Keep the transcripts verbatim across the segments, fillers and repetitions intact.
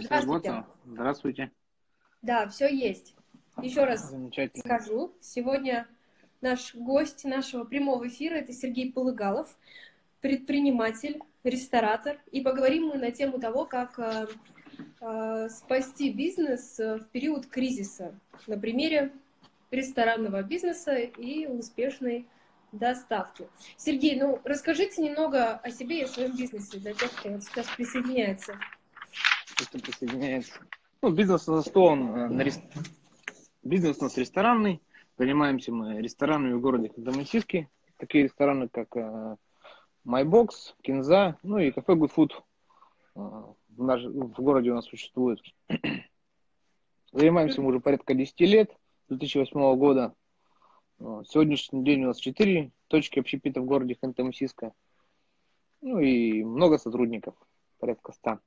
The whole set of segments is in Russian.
Здравствуйте. Здравствуйте. Да, все есть. Еще раз Замечательно. скажу. Сегодня наш гость нашего прямого эфира — это Сергей Полыгалов, предприниматель, ресторатор. И поговорим мы на тему того, как э, э, спасти бизнес в период кризиса на примере ресторанного бизнеса и успешной доставки. Сергей, ну расскажите немного о себе и о своем бизнесе для тех, кто вот сейчас присоединяется. Кто присоединяется. Ну, бизнес основан э, на рес... Бизнес у нас ресторанный. Занимаемся мы ресторанами в городе Ханты-Мансийске. Такие рестораны, как э, MyBox, Кинза, ну и кафе Good Food э, в, наш... в городе у нас существует. Занимаемся мы уже порядка десяти лет, с две тысячи восьмого года. Сегодняшний день у нас четыре точки общепита в городе Ханты-Мансийска. Ну и много сотрудников, порядка ста.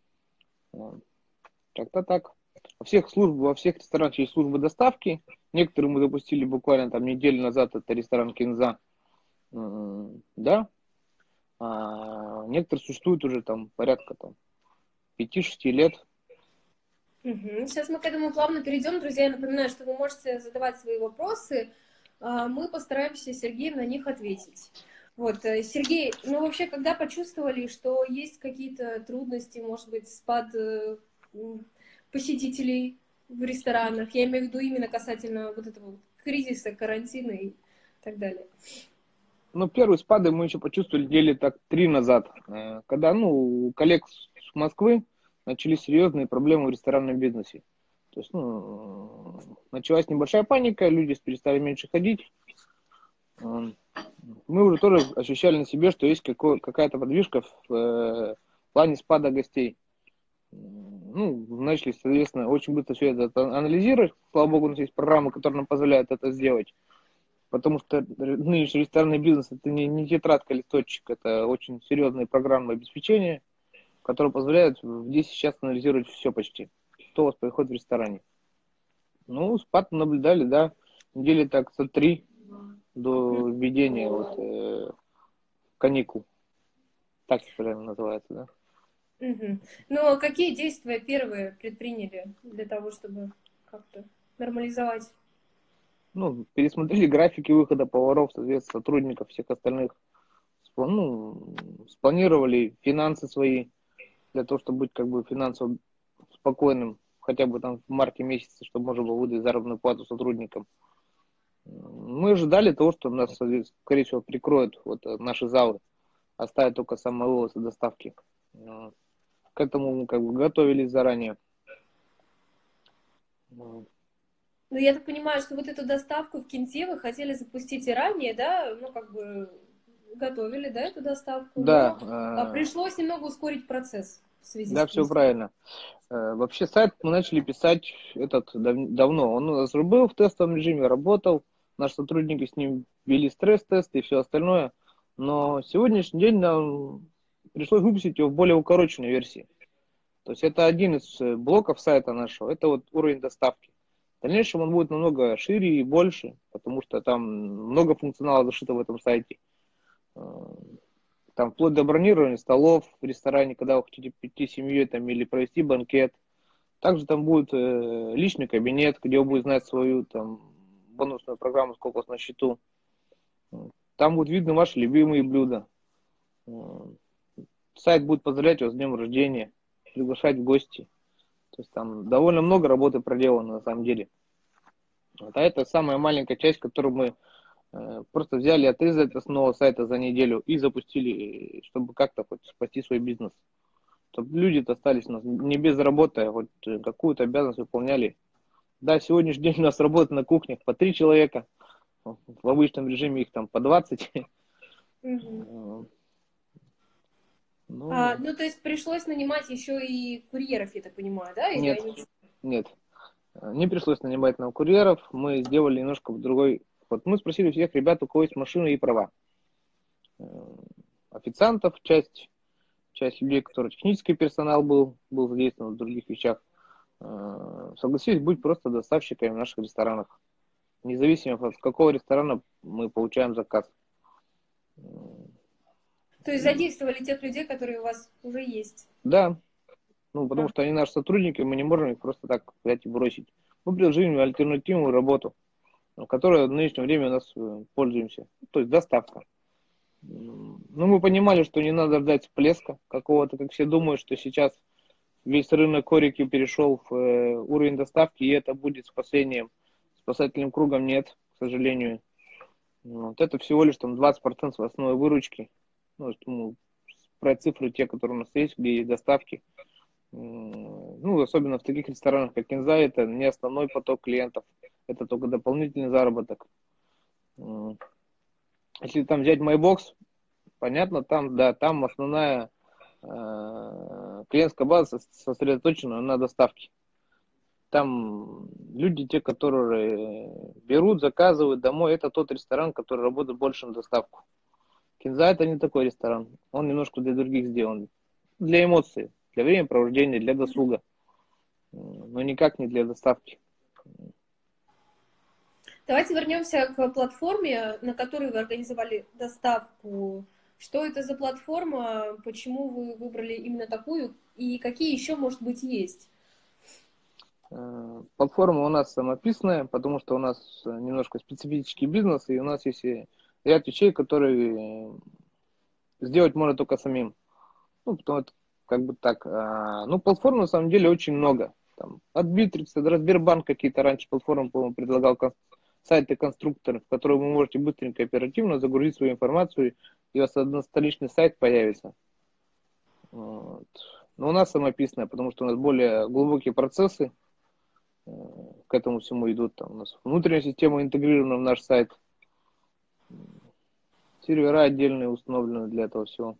Как-то так. Во всех служб, во всех ресторанах есть службы доставки. Некоторые мы запустили буквально там неделю назад. Это ресторан Кинза. Да. А некоторые существуют уже там порядка там пяти-шести лет. Угу. Сейчас мы к этому плавно перейдем. Друзья, я напоминаю, что вы можете задавать свои вопросы. Мы постараемся с Сергеем на них ответить. Вот, Сергей, ну вообще, когда почувствовали, что есть какие-то трудности, может быть, спад посетителей в ресторанах, я имею в виду именно касательно вот этого кризиса, карантина и так далее? Ну, первые спады мы еще почувствовали недели так три назад, когда, ну, у коллег с Москвы начались серьезные проблемы в ресторанном бизнесе. То есть, ну, началась небольшая паника, люди перестали меньше ходить. Мы уже тоже ощущали на себе, что есть какая-то подвижка в э, плане спада гостей. Ну, начали, соответственно, очень быстро все это анализировать. Слава богу, у нас есть программа, которая нам позволяет это сделать. Потому что нынешний ресторанный бизнес — это не, не тетрадка, листочек, это очень серьезные программы обеспечения, которые позволяют здесь сейчас анализировать все почти, что у вас происходит в ресторане. Ну, спад наблюдали, да, недели так за три до введения вот, э, каникул. Так это правильно называется, да? Угу. Ну, а какие действия первые предприняли для того, чтобы как-то нормализовать? Ну, пересмотрели графики выхода поваров, соответственно, сотрудников, всех остальных. Ну, спланировали финансы свои для того, чтобы быть как бы финансово спокойным, хотя бы там в марте месяце, чтобы можно было выдать заработную плату сотрудникам. Мы ожидали того, что нас, скорее всего, прикроют вот наши залы, оставят только самовывоз и доставки. К этому мы как бы готовились заранее. Ну, я так понимаю, что вот эту доставку в Кинте вы хотели запустить и ранее, да? Ну, как бы готовили, да, эту доставку, Да. но э... пришлось немного ускорить процесс в связи да, с кризисом. все правильно. Вообще сайт мы начали писать этот дав- давно. Он у нас уже был в тестовом режиме, работал. Наши сотрудники с ним вели стресс-тесты и все остальное. Но сегодняшний день нам пришлось выпустить его в более укороченной версии. То есть это один из блоков сайта нашего. Это вот уровень доставки. В дальнейшем он будет намного шире и больше, потому что там много функционала зашито в этом сайте. Там вплоть до бронирования столов в ресторане, когда вы хотите прийти с семьей там, или провести банкет. Также там будет э, личный кабинет, где вы будете знать свою там, бонусную программу, сколько у вас на счету. Там будут видны ваши любимые блюда. Сайт будет поздравлять вас с днем рождения, приглашать в гости. То есть там довольно много работы проделано на самом деле. Вот, а это самая маленькая часть, которую мы э, просто взяли, отрезали от основного сайта за неделю и запустили, чтобы как-то хоть спасти свой бизнес. Чтобы люди-то остались у нас не без работы, а вот какую-то обязанность выполняли. Да, сегодняшний день у нас работает на кухнях по три человека. В обычном режиме их там по двадцать. Угу. Ну, а, ну, то есть пришлось нанимать еще и курьеров, я так понимаю, да? Или нет, они... нет. Не пришлось нанимать нам курьеров. Мы сделали немножко другой. Вот мы спросили всех ребят, у кого есть машины и права. Официантов, часть, часть людей, которые технический персонал был, был задействован в других вещах, согласились быть просто доставщиками в наших ресторанах. Независимо от какого ресторана мы получаем заказ. То есть задействовали тех людей, которые у вас уже есть? Да. Ну, потому А. что они наши сотрудники, мы не можем их просто так взять и бросить. Мы предложили им альтернативную работу, которой в нынешнее время у нас э, пользуемся. То есть доставка. М, Ну, мы понимали, что не надо ждать всплеска какого-то, как все думают, что сейчас весь рынок корики перешел в э, уровень доставки, и это будет спасением, спасательным кругом. Нет, к сожалению. Вот это всего лишь там двадцать процентов основной выручки. Ну, что, ну, про цифры те, которые у нас есть, где есть доставки. М, Ну, особенно в таких ресторанах, как Кинза, это не основной поток клиентов. Это только дополнительный заработок. М, Если там взять MyBox, понятно, там, да, там основная э, клиентская база сос- сосредоточена на доставке. Там люди, те, которые берут, заказывают домой, это тот ресторан, который работает больше на доставку. Кинза это не такой ресторан. Он немножко для других сделан. Для эмоций, для времяпровождения, для досуга. Но никак не для доставки. Давайте вернемся к платформе, на которой вы организовали доставку. Что это за платформа, почему вы выбрали именно такую и какие еще, может быть, есть? Э, Платформа у нас самописная, потому что у нас немножко специфический бизнес, и у нас есть и ряд вещей, которые сделать можно только самим. Ну, потому это как бы так. а, Ну, платформ на самом деле очень много. Там, от Битрикса до Сбербанк какие-то раньше платформы, по-моему, предлагал кон- сайты конструкторов, в которые вы можете быстренько, оперативно загрузить свою информацию, и у вас одностоличный сайт появится. Вот. Но у нас самописная, потому что у нас более глубокие процессы э, к этому всему идут. Там у нас внутренняя система интегрирована в наш сайт, сервера отдельные установлены для этого всего.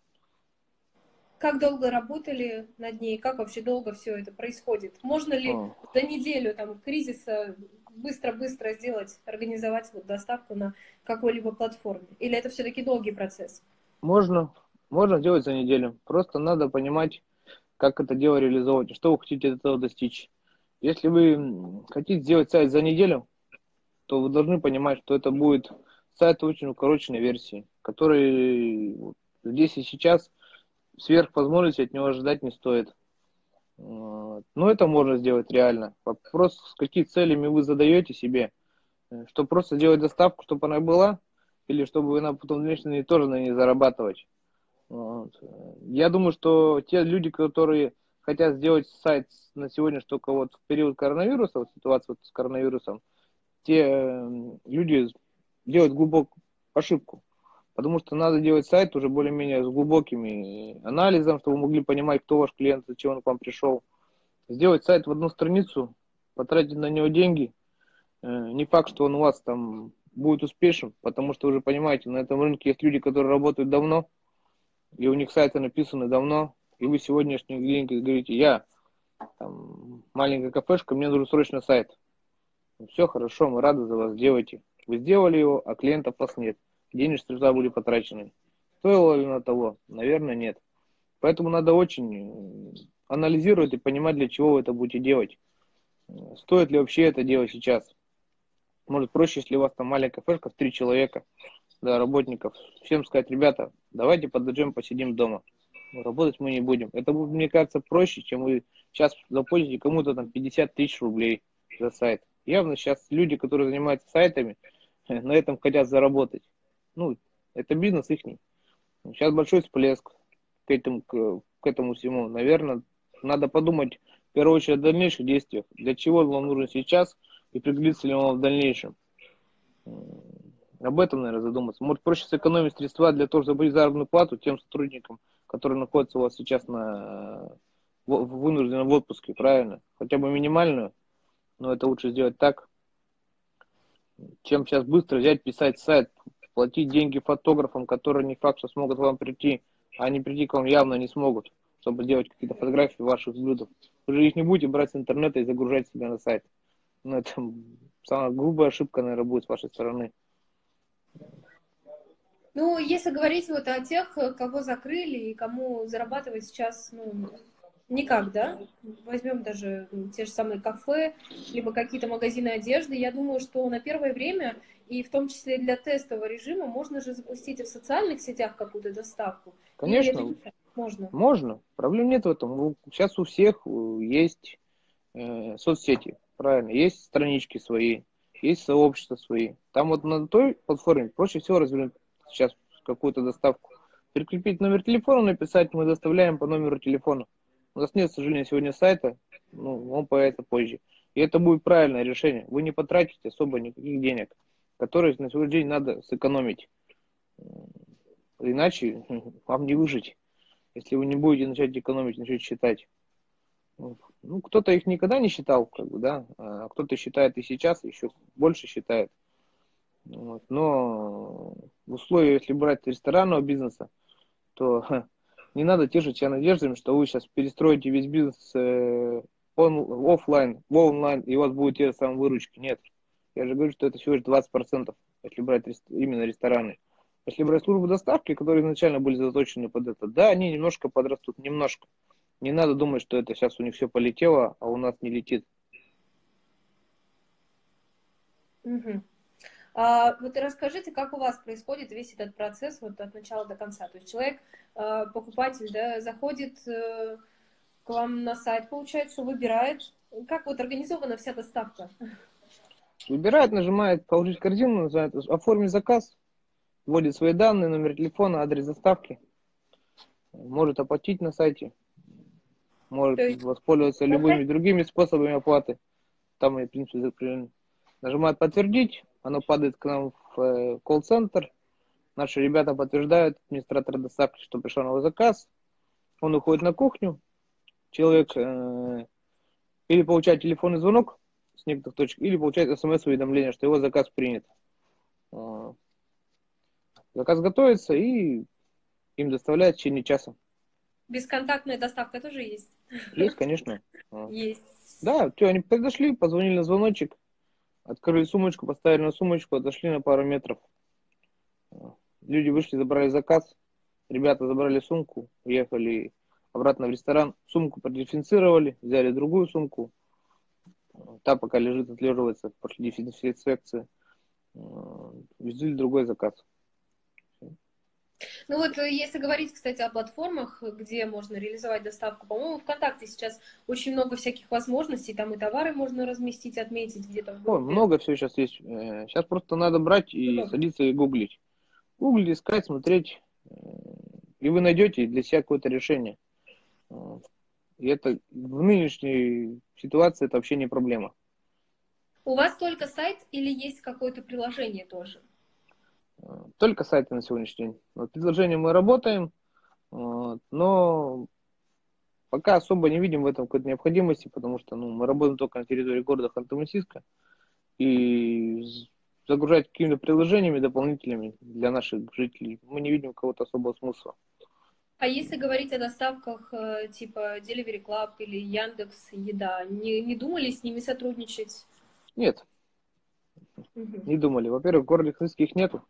Как долго работали над ней? Как вообще долго все это происходит? Можно ли О, за неделю там кризиса быстро-быстро сделать, организовать вот доставку на какой-либо платформе? Или это все-таки долгий процесс? Можно, можно сделать за неделю. Просто надо понимать, как это дело реализовывать, и что вы хотите от этого достичь. Если вы м, хотите сделать сайт за неделю, то вы должны понимать, что это будет сайт в очень укороченной версии, который вот здесь и сейчас сверх возможностей от него ожидать не стоит. Вот. Но это можно сделать реально. Вопрос, с какими целями вы задаете себе, э, что просто сделать доставку, чтобы она была, или чтобы вы на потом в дальнейшем тоже на ней зарабатывать. Вот. Я думаю, что те люди, которые хотят сделать сайт на сегодня, что только вот в период коронавируса, вот ситуация вот с коронавирусом, те э, люди делают глубокую ошибку. Потому что надо делать сайт уже более-менее с глубокими анализом, чтобы вы могли понимать, кто ваш клиент, зачем он к вам пришел. Сделать сайт в одну страницу, потратить на него деньги, э, не факт, что он у вас там будет успешен, потому что вы уже понимаете, на этом рынке есть люди, которые работают давно, и у них сайты написаны давно, и вы сегодняшний день говорите, я там, маленькая кафешка, мне нужен срочно сайт. Ну, все хорошо, мы рады за вас, делайте. Вы сделали его, а клиентов у вас нет. Денежные средства были потрачены. Стоило ли на того? Наверное, нет. Поэтому надо очень анализировать и понимать, для чего вы это будете делать. Стоит ли вообще это делать сейчас? Может проще, если у вас там маленькая кафешка в три человека, да, работников, всем сказать, ребята, давайте подождем, посидим дома. Работать мы не будем. Это будет, мне кажется, проще, чем вы сейчас заплатите кому-то там пятьдесят тысяч рублей за сайт. Явно сейчас люди, которые занимаются сайтами, на этом хотят заработать. Ну, это бизнес их. Сейчас большой всплеск к этому, к, к этому всему. Наверное, надо подумать в первую очередь о дальнейших действиях. Для чего он вам нужен сейчас и пригодится ли он вам в дальнейшем. Об этом, наверное, задуматься. Может, проще сэкономить средства для того, чтобы заплатить заработную плату тем сотрудникам, которые находятся у вас сейчас на в, вынужденном в отпуске, правильно? Хотя бы минимальную, но это лучше сделать так, чем сейчас быстро взять, писать сайт, платить деньги фотографам, которые не факт, что смогут к вам прийти, а они прийти к вам явно не смогут, чтобы делать какие-то фотографии ваших блюд. Вы же их не будете брать с интернета и загружать себе на сайт. Ну, это самая грубая ошибка, наверное, будет с вашей стороны. Ну, если говорить вот о тех, кого закрыли и кому зарабатывать сейчас, ну, никак, да? Возьмем даже ну, те же самые кафе, либо какие-то магазины одежды. Я думаю, что на первое время, и в том числе для тестового режима, можно же запустить и в социальных сетях какую-то доставку. Или это Конечно, не так? Можно. Можно, проблем нет в этом. Сейчас у всех есть э, соцсети, правильно, есть странички свои, есть сообщества свои. Там вот на той платформе проще всего развернуть сейчас какую-то доставку. Прикрепить номер телефона, написать, мы доставляем по номеру телефона. У нас нет, к сожалению, сегодня сайта, ну, он появится позже. И это будет правильное решение. Вы не потратите особо никаких денег, которые на сегодняшний день надо сэкономить. Иначе вам не выжить. Если вы не будете начать экономить, начать считать. Ну, кто-то их никогда не считал, как бы, да, а кто-то считает и сейчас, еще больше считает. Вот. Но в условиях, если брать ресторанного бизнеса, то ха, не надо тешить себя надеждами, что вы сейчас перестроите весь бизнес э, он, офлайн, в онлайн, и у вас будут те же самые выручки. Нет. Я же говорю, что это всего лишь двадцать процентов, если брать рес, именно рестораны. Если брать службу доставки, которые изначально были заточены под это, да, они немножко подрастут, немножко. Не надо думать, что это сейчас у них все полетело, а у нас не летит. Угу. А, вот расскажите, как у вас происходит весь этот процесс вот от начала до конца. То есть человек, э, покупатель, да, заходит э, к вам на сайт, получается, выбирает. Как вот организована вся доставка? Выбирает, нажимает «Положить в корзину», называет «Оформить заказ», вводит свои данные, номер телефона, адрес доставки, может оплатить на сайте. Может То есть воспользоваться любыми другими способами оплаты. Там и, в принципе, нажимает «Подтвердить», оно падает к нам в колл-центр. Наши ребята подтверждают, администратор доставки, что пришел новый заказ. Он уходит на кухню. Человек э, или получает телефонный звонок с некоторых точек, или получает смс-уведомление, что его заказ принят. Э, заказ готовится и им доставляют в течение часа. Бесконтактная доставка тоже есть? Есть, конечно. Есть. Да, что, они подошли, позвонили на звоночек, открыли сумочку, поставили на сумочку, отошли на пару метров. Люди вышли, забрали заказ, ребята забрали сумку, уехали обратно в ресторан, сумку продезинфицировали, взяли другую сумку, та пока лежит, отлеживается после дезинфекции, взяли другой заказ. Ну вот, если говорить, кстати, о платформах, где можно реализовать доставку, по-моему, ВКонтакте сейчас очень много всяких возможностей, там и товары можно разместить, отметить где-то в Ой, группе. много всего сейчас есть. Сейчас просто надо брать и садиться и гуглить. Гуглить, искать, смотреть, и вы найдете для себя какое-то решение. И это в нынешней ситуации это вообще не проблема. У вас только сайт или есть какое-то приложение тоже? Только сайты на сегодняшний день. Вот предложением мы работаем, вот, но пока особо не видим в этом какой-то необходимости, потому что ну, мы работаем только на территории города Ханты-Мансийска, и загружать какими-то приложениями дополнительными для наших жителей мы не видим какого-то особого смысла. А если говорить о доставках типа Delivery Club или Яндекс Еда, не, не думали с ними сотрудничать? Нет, угу. Не думали. Во-первых, в городе Ханты нету.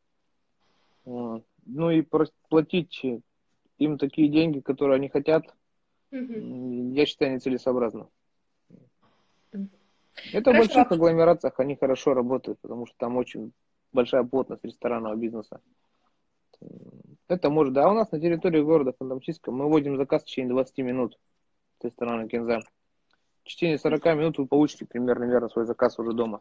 Ну и платить им такие деньги, которые они хотят, угу. Я считаю, нецелесообразно. Угу. Это Хорошо. В больших агломерациях они хорошо работают, потому что там очень большая плотность ресторанного бизнеса. Это может, да, у нас на территории города Ханты-Мансийска мы вводим заказ в течение двадцати минут с ресторана Кинза. В течение сорока минут вы получите примерно верно свой заказ уже дома.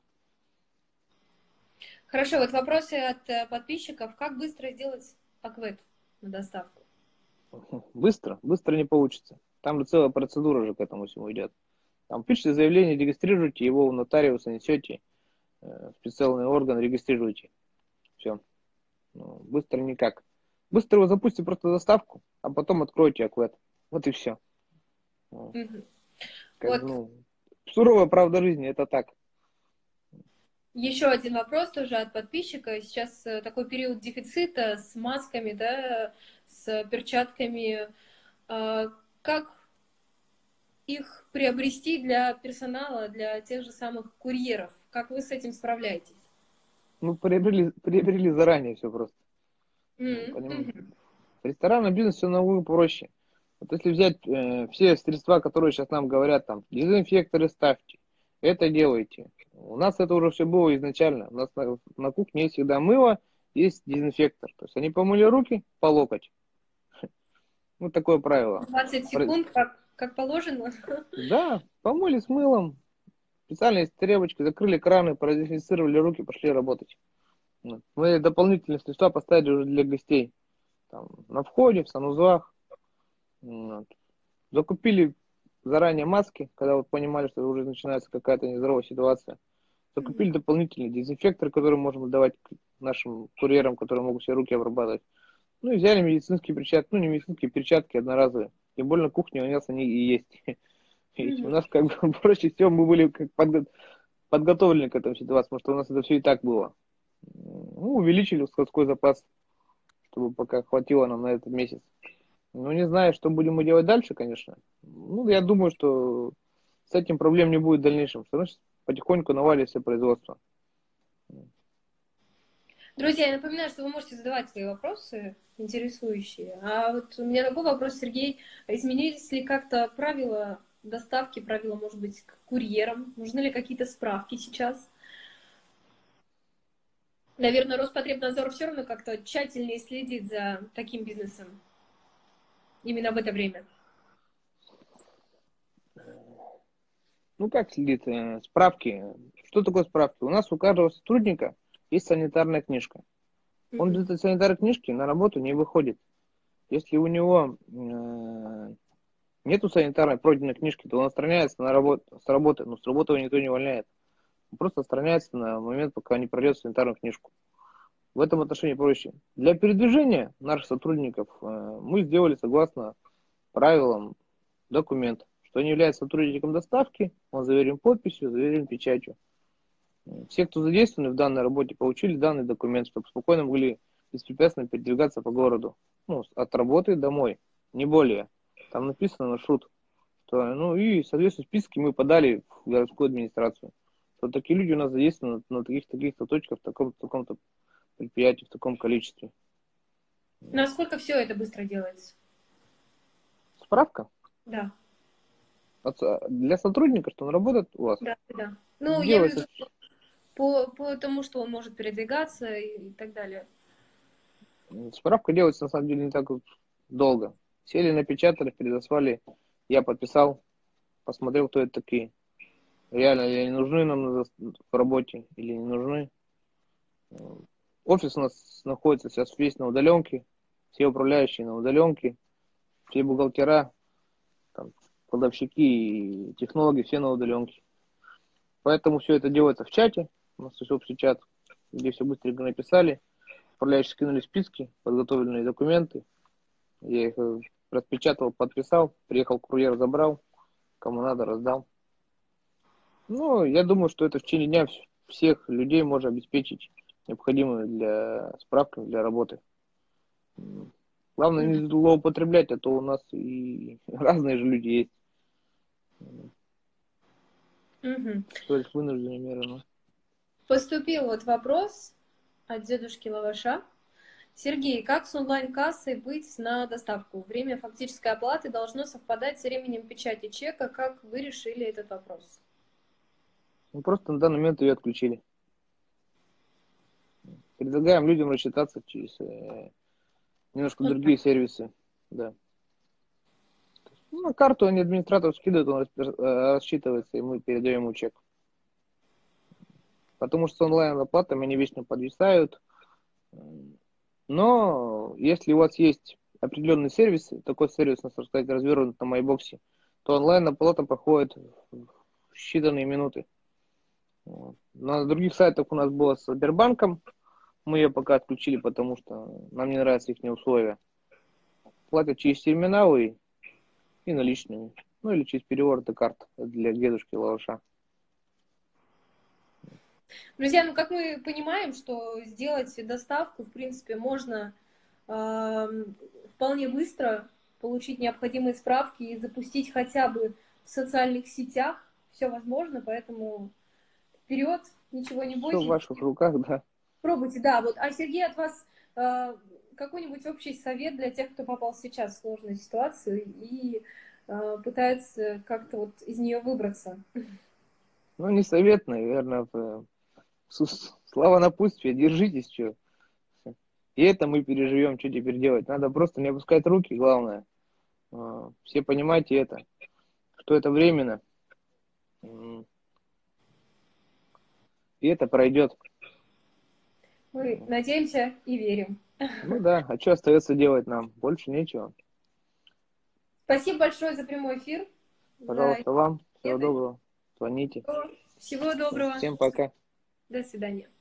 Хорошо, вот вопросы от подписчиков. Как быстро сделать АКВЭД на доставку? Быстро? Быстро не получится. Там же целая процедура же к этому всему идет. Там пишите заявление, регистрируйте его у нотариуса, несете в специальный орган, регистрируйте. Все. Ну, быстро никак. Быстро вы запустите просто доставку, а потом откройте АКВЭД. Вот и все. Угу. Как, вот. Ну, суровая правда жизни, это так. Еще один вопрос тоже от подписчика. Сейчас такой период дефицита с масками, да, с перчатками. Как их приобрести для персонала, для тех же самых курьеров? Как вы с этим справляетесь? Ну, приобрели, приобрели заранее все просто. Mm-hmm. Mm-hmm. В ресторанном бизнесе все намного проще. Вот если взять э, все средства, которые сейчас нам говорят, там, дезинфекторы ставьте, это делайте. У нас это уже все было изначально. У нас на, на кухне есть всегда мыло, есть дезинфектор. То есть они помыли руки по локоть. Вот такое правило. двадцать секунд, как, как положено. Да, помыли с мылом, специальные тряпочки, закрыли краны, продезинфицировали руки, пошли работать. Мы дополнительные средства поставили уже для гостей. Там, на входе, в санузлах. Вот. Закупили заранее маски, когда вот понимали, что уже начинается какая-то нездоровая ситуация. Закупили дополнительные дезинфекторы, которые можем давать нашим курьерам, которые могут себе руки обрабатывать. Ну и взяли медицинские перчатки, ну не медицинские перчатки одноразовые. Тем более на кухне у нас они и есть. Видите, у нас как бы проще всего мы были как подго- подготовлены к этому ситуации, потому что у нас это все и так было. Ну, увеличили складской запас, чтобы пока хватило нам на этот месяц. Ну, не знаю, что будем мы делать дальше, конечно. Ну, я думаю, что с этим проблем не будет в дальнейшем. Все равно сейчас потихоньку навалится производство. Друзья, я напоминаю, что вы можете задавать свои вопросы, интересующие. А вот у меня такой вопрос, Сергей. Изменились ли как-то правила доставки, правила, может быть, к курьерам? Нужны ли какие-то справки сейчас? Наверное, Роспотребнадзор все равно как-то тщательнее следит за таким бизнесом именно в это время. Ну, как следит? э, Справки. Что такое справки? У нас у каждого сотрудника есть санитарная книжка. Он без этой санитарной книжки на работу не выходит. Если у него э, нету санитарной пройденной книжки, то он отстраняется на работу, с работы. Но с работы его никто не увольняет. Он просто отстраняется на момент, пока не пройдет санитарную книжку. В этом отношении проще. Для передвижения наших сотрудников э, мы сделали согласно правилам документ, что они являются сотрудником доставки, он заверен подписью, заверен печатью. Все, кто задействованы в данной работе, получили данный документ, чтобы спокойно могли беспрепятственно передвигаться по городу. Ну, от работы домой, не более. Там написано маршрут. Что, ну и, соответственно, списки мы подали в городскую администрацию. Что такие люди у нас задействованы на таких-то таких-то точках, в таком-то таком-то предприятии, в таком количестве. Насколько все это быстро делается? Справка? Да. Для сотрудника, что он работает у вас? Да, да. Ну, я имею в Делается. виду по, по тому, что он может передвигаться и, и так далее. Справка делается на самом деле не так вот долго. Сели, напечатали, передослали, я подписал, посмотрел, кто это такие. Реально ли они нужны нам в работе или не нужны. Офис у нас находится сейчас весь на удаленке, все управляющие на удаленке, все бухгалтера, там, кладовщики и технологи все на удаленке. Поэтому все это делается в чате, у нас есть общий чат, где все быстренько написали, управляющие скинули списки, подготовленные документы, я их распечатал, подписал, приехал курьер, забрал, кому надо, раздал. Ну, я думаю, что это в течение дня всех людей можно обеспечить необходимыми для справками для работы. Главное не злоупотреблять, а то у нас и разные же люди есть. Угу. То есть вынужденные меры. Ну. Поступил вот вопрос от дедушки Лаваша. Сергей, как с онлайн-кассой быть на доставку? Время фактической оплаты должно совпадать с временем печати чека. Как вы решили этот вопрос? Ну, просто на данный момент ее отключили. Предлагаем людям рассчитаться через э, немножко другие сервисы. Да. Ну, на карту они администратор скидывают, он рассчитывается, и мы передаем ему чек. Потому что с онлайн-оплатами они вечно подвисают. Но если у вас есть определенные сервисы, такой сервис, можно сказать, развернут на MyBox, то онлайн-оплата проходит в считанные минуты. На других сайтах у нас было с Сбербанком. Мы ее пока отключили, потому что нам не нравятся их условия. Платят через терминалы и наличными. Ну или через перевороты карт для дедушки Лаваша. Друзья, ну как мы понимаем, что сделать доставку, в принципе, можно э, вполне быстро получить необходимые справки и запустить хотя бы в социальных сетях. Все возможно, поэтому вперед, ничего не бойтесь. Все в ваших руках, да. Пробуйте, да. Вот. А Сергей, от вас э, какой-нибудь общий совет для тех, кто попал сейчас в сложную ситуацию и э, пытается как-то вот из нее выбраться? Ну, не совет, наверное. Слава напутствие, держитесь, что. И это мы переживем, что теперь делать. Надо просто не опускать руки, главное. э, все понимайте это, что это временно, м, и это пройдет. Мы надеемся и верим. Ну да, а что остается делать нам? Больше нечего. Спасибо большое за прямой эфир. За... Пожалуйста, вам. Всего доброго. Звоните. Всего доброго. Всем пока. До свидания.